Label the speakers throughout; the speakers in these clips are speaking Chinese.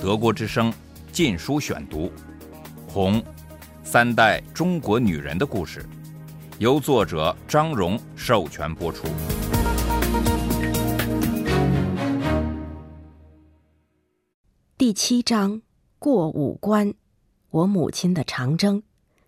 Speaker 1: 德国之声禁书选读，红三代中国女人的故事，由作者张荣授权播出。
Speaker 2: 第7章，过五关，我母亲的长征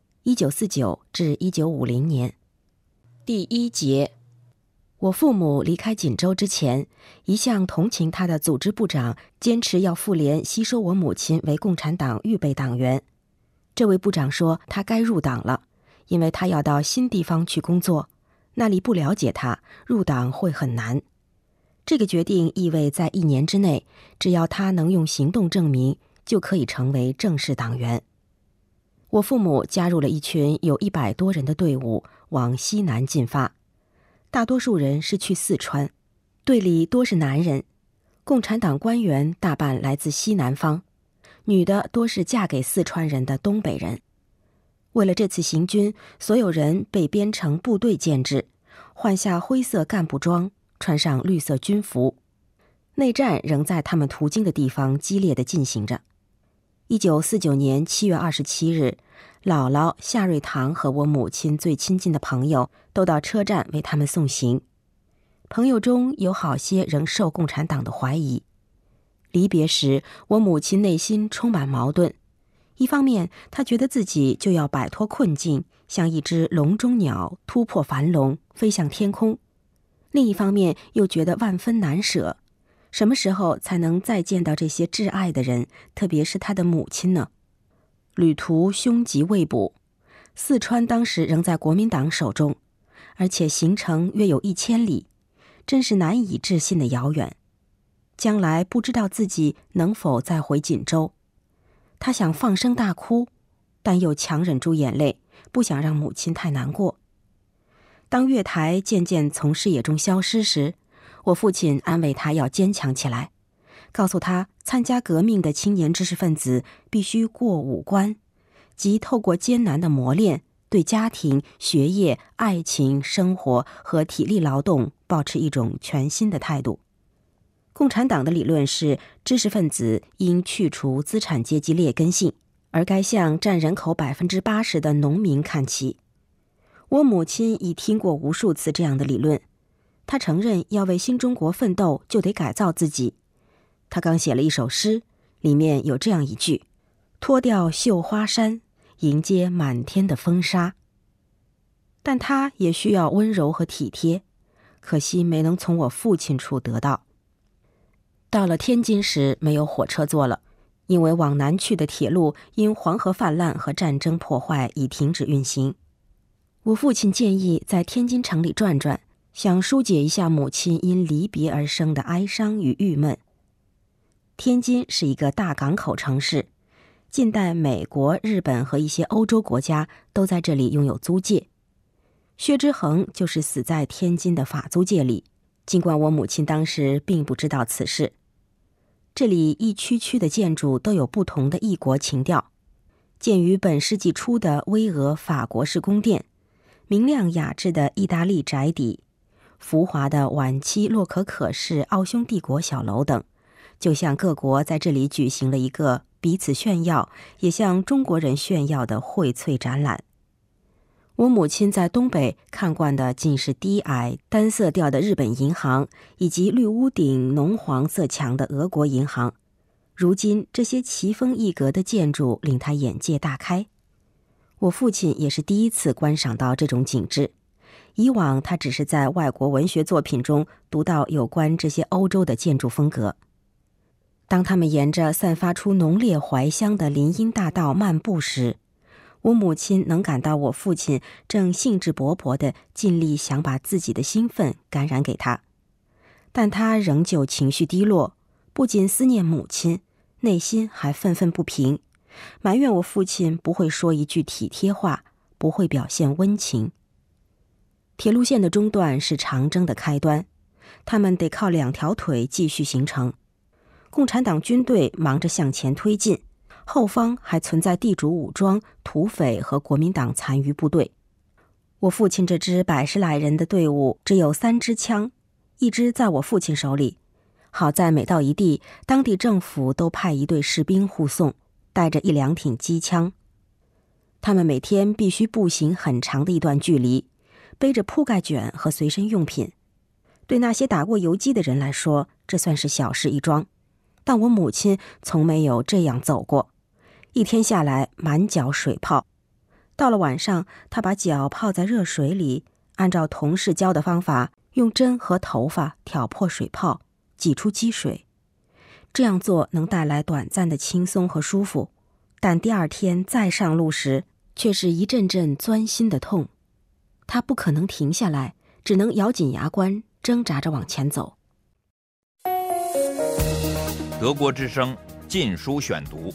Speaker 2: ，1949至1950年。第1节，我父母离开锦州之前，一向同情他的组织部长坚持要妇联吸收我母亲为共产党预备党员。这位部长说他该入党了，因为他要到新地方去工作，那里不了解他，入党会很难。这个决定意味在1年之内，只要他能用行动证明，就可以成为正式党员。我父母加入了一群有100多人的队伍，往西南进发。大多数人是去四川，队里多是男人，共产党官员大半来自西南方，女的多是嫁给四川人的东北人。为了这次行军，所有人被编成部队建制，换下灰色干部装，穿上绿色军服。内战仍在他们途经的地方激烈地进行着。1949年7月27日，姥姥夏瑞堂和我母亲最亲近的朋友都到车站为他们送行。朋友中有好些仍受共产党的怀疑。离别时，我母亲内心充满矛盾。一方面，她觉得自己就要摆脱困境，像一只笼中鸟突破樊笼，飞向天空；另一方面，又觉得万分难舍。什么时候才能再见到这些挚爱的人，特别是他的母亲呢？旅途凶吉未卜，四川当时仍在国民党手中，而且行程约有1000里，真是难以置信的遥远。将来不知道自己能否再回锦州。他想放声大哭，但又强忍住眼泪，不想让母亲太难过。当月台渐渐从视野中消失时，我父亲安慰他要坚强起来，告诉他参加革命的青年知识分子必须过5关，即透过艰难的磨练，对家庭、学业、爱情、生活和体力劳动保持一种全新的态度。共产党的理论是，知识分子应去除资产阶级劣根性，而该向占人口80%的农民看齐。我母亲已听过无数次这样的理论，她承认要为新中国奋斗就得改造自己。她刚写了一首诗，里面有这样一句：脱掉绣花衫，迎接满天的风沙。但她也需要温柔和体贴，可惜没能从我父亲处得到。到了天津时没有火车坐了，因为往南去的铁路因黄河泛滥和战争破坏已停止运行。我父亲建议在天津城里转转，想疏解一下母亲因离别而生的哀伤与郁闷。天津是一个大港口城市，近代美国、日本和一些欧洲国家都在这里拥有租界。薛之衡就是死在天津的法租界里，尽管我母亲当时并不知道此事。这里一区区的建筑都有不同的异国情调，建于本世纪初的巍峨法国式宫殿，明亮雅致的意大利宅邸，浮华的晚期洛可可式奥匈帝国小楼等，就像各国在这里举行了一个彼此炫耀，也向中国人炫耀的荟萃展览。我母亲在东北看惯的尽是低矮单色调的日本银行，以及绿屋顶浓黄色墙的俄国银行。如今这些奇峰异阁的建筑令她眼界大开。我父亲也是第一次观赏到这种景致，以往他只是在外国文学作品中读到有关这些欧洲的建筑风格。当他们沿着散发出浓烈怀香的林荫大道漫步时，我母亲能感到我父亲正兴致勃勃地尽力想把自己的兴奋感染给他，但他仍旧情绪低落，不仅思念母亲，内心还愤愤不平，埋怨我父亲不会说一句体贴话，不会表现温情。铁路线的中断是长征的开端，他们得靠2条腿继续行程。共产党军队忙着向前推进，后方还存在地主武装、土匪和国民党残余部队。我父亲这支100来人的队伍只有3支枪，一支在我父亲手里， 好在每到一地，当地政府都派一队士兵护送，带着1-2挺机枪。他们每天必须步行很长的一段距离，背着铺盖卷和随身用品。对那些打过游击的人来说，这算是小事一桩，但我母亲从没有这样走过，一天下来满脚水泡。到了晚上，她把脚泡在热水里，按照同事教的方法，用针和头发挑破水泡，挤出积水。这样做能带来短暂的轻松和舒服，但第2天再上路时，却是一阵阵钻心的痛。她不可能停下来，只能咬紧牙关，挣扎着往前走。
Speaker 1: 德国之声禁书选读。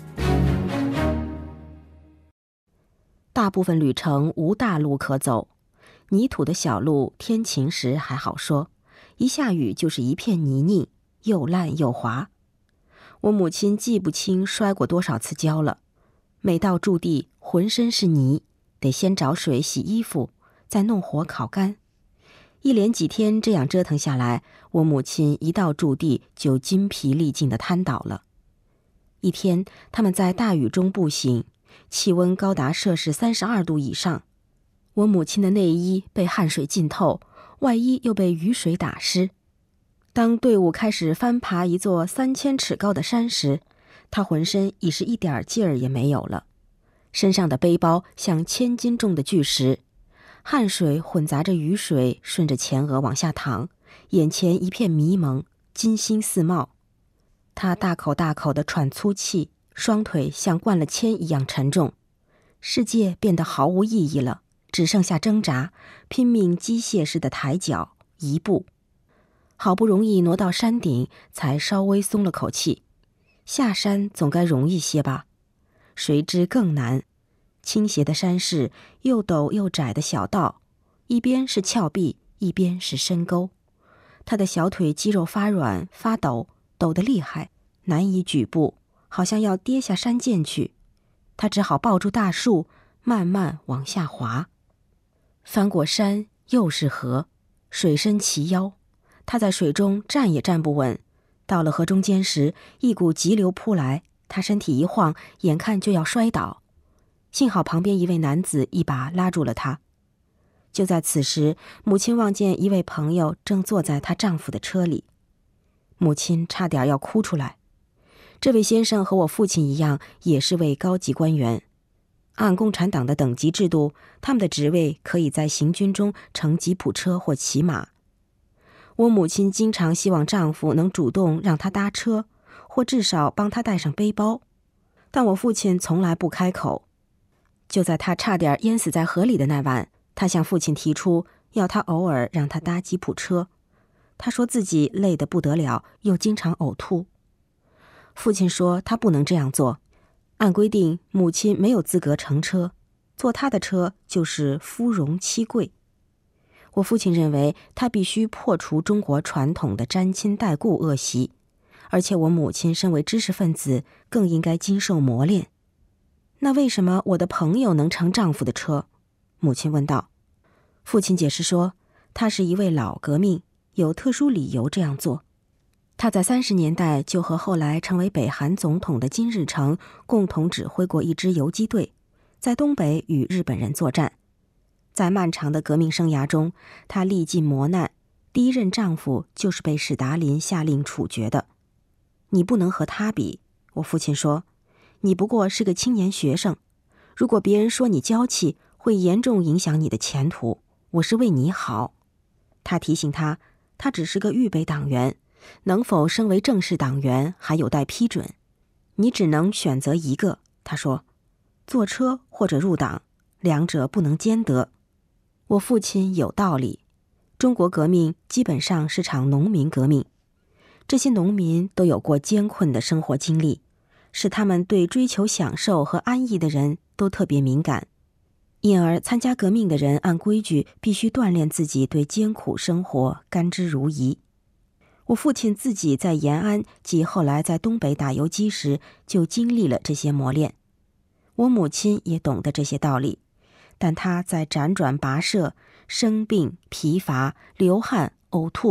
Speaker 2: 大部分旅程无大路可走，泥土的小路天晴时还好说，一下雨就是一片泥泞，又烂又滑。我母亲记不清摔过多少次跤了，每到驻地浑身是泥，得先找水洗衣服，再弄火烤干。一连几天这样折腾下来，我母亲一到驻地就筋疲力尽地瘫倒了。一天，他们在大雨中步行，气温高达摄氏32度以上。我母亲的内衣被汗水浸透，外衣又被雨水打湿。当队伍开始翻爬一座3000尺高的山时，她浑身已是一点劲儿也没有了，身上的背包像1000斤重的巨石，汗水混杂着雨水顺着前额往下淌，眼前一片迷蒙，金星四冒。她大口大口地喘粗气，双腿像灌了铅一样沉重。世界变得毫无意义了，只剩下挣扎，拼命机械似的抬脚一步。好不容易挪到山顶，才稍微松了口气。下山总该容易些吧？谁知更难。倾斜的山势，又陡又窄的小道，一边是峭壁，一边是深沟。他的小腿肌肉发软发抖，抖得厉害，难以举步，好像要跌下山涧去。他只好抱住大树，慢慢往下滑。翻过山，又是河，水深齐腰。他在水中站也站不稳，到了河中间时，一股急流扑来，他身体一晃，眼看就要摔倒。幸好旁边一位男子一把拉住了他。就在此时，母亲望见一位朋友正坐在她丈夫的车里，母亲差点要哭出来。这位先生和我父亲一样，也是位高级官员。按共产党的等级制度，他们的职位可以在行军中乘吉普车或骑马。我母亲经常希望丈夫能主动让她搭车，或至少帮她带上背包，但我父亲从来不开口。就在他差点淹死在河里的那晚，他向父亲提出要他偶尔让他搭吉普车。他说自己累得不得了，又经常呕吐。父亲说他不能这样做，按规定母亲没有资格乘车，坐他的车就是夫荣妻贵。我父亲认为他必须破除中国传统的沾亲带故恶习，而且我母亲身为知识分子，更应该经受磨练。那为什么我的朋友能乘丈夫的车？母亲问道。父亲解释说，他是一位老革命，有特殊理由这样做。他在30年代就和后来成为北韩总统的金日成共同指挥过一支游击队，在东北与日本人作战。在漫长的革命生涯中，他历尽磨难，第一任丈夫就是被史达林下令处决的。你不能和他比，我父亲说，你不过是个青年学生，如果别人说你娇气，会严重影响你的前途，我是为你好。他提醒他只是个预备党员，能否升为正式党员还有待批准，你只能选择一个。他说，坐车或者入党，两者不能兼得。我父亲有道理，中国革命基本上是场农民革命，这些农民都有过艰困的生活经历，使他们对追求享受和安逸的人都特别敏感，因而参加革命的人按规矩必须锻炼自己对艰苦生活甘之如饴。我父亲自己在延安及后来在东北打游击时就经历了这些磨练，我母亲也懂得这些道理，但她在辗转跋涉、生病、疲乏、流汗、呕吐、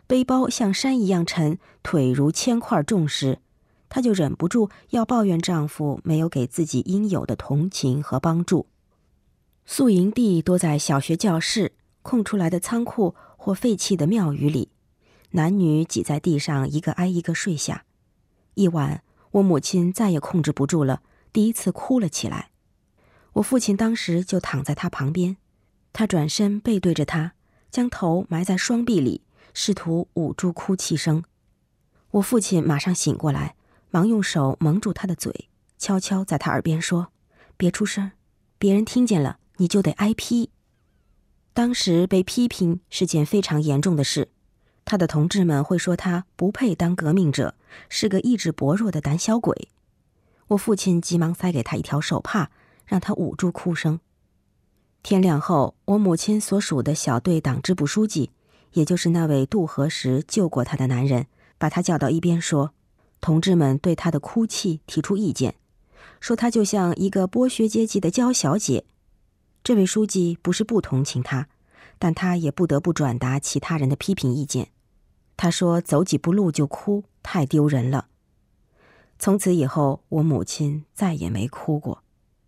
Speaker 2: 背包像山一样沉，腿如千块重时，她就忍不住要抱怨丈夫没有给自己应有的同情和帮助。宿营地多在小学教室、空出来的仓库或废弃的庙宇里，男女挤在地上一个挨一个睡下。一晚，我母亲再也控制不住了，第一次哭了起来。我父亲当时就躺在她旁边，他转身背对着她，将头埋在双臂里，试图捂住哭泣声。我父亲马上醒过来，忙用手蒙住她的嘴，悄悄在她耳边说：“别出声，别人听见了你就得挨批。”当时被批评是件非常严重的事，他的同志们会说他不配当革命者，是个意志薄弱的胆小鬼。我父亲急忙塞给他一条手帕，让他捂住哭声。天亮后，我母亲所属的小队党支部书记，也就是那位渡河时救过他的男人，把他叫到一边说，同志们对他的哭泣提出意见，说他就像一个剥削阶级的娇小姐。这位书记不是不同情他，但他也不得不转达其他人的批评意见。他说走几步路就哭，太丢人了。从此以后，我母亲再也没哭过。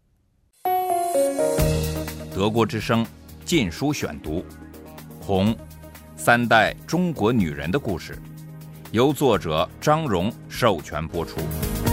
Speaker 1: 德国之声禁书选读，红三代中国女人的故事，由作者张荣授权播出。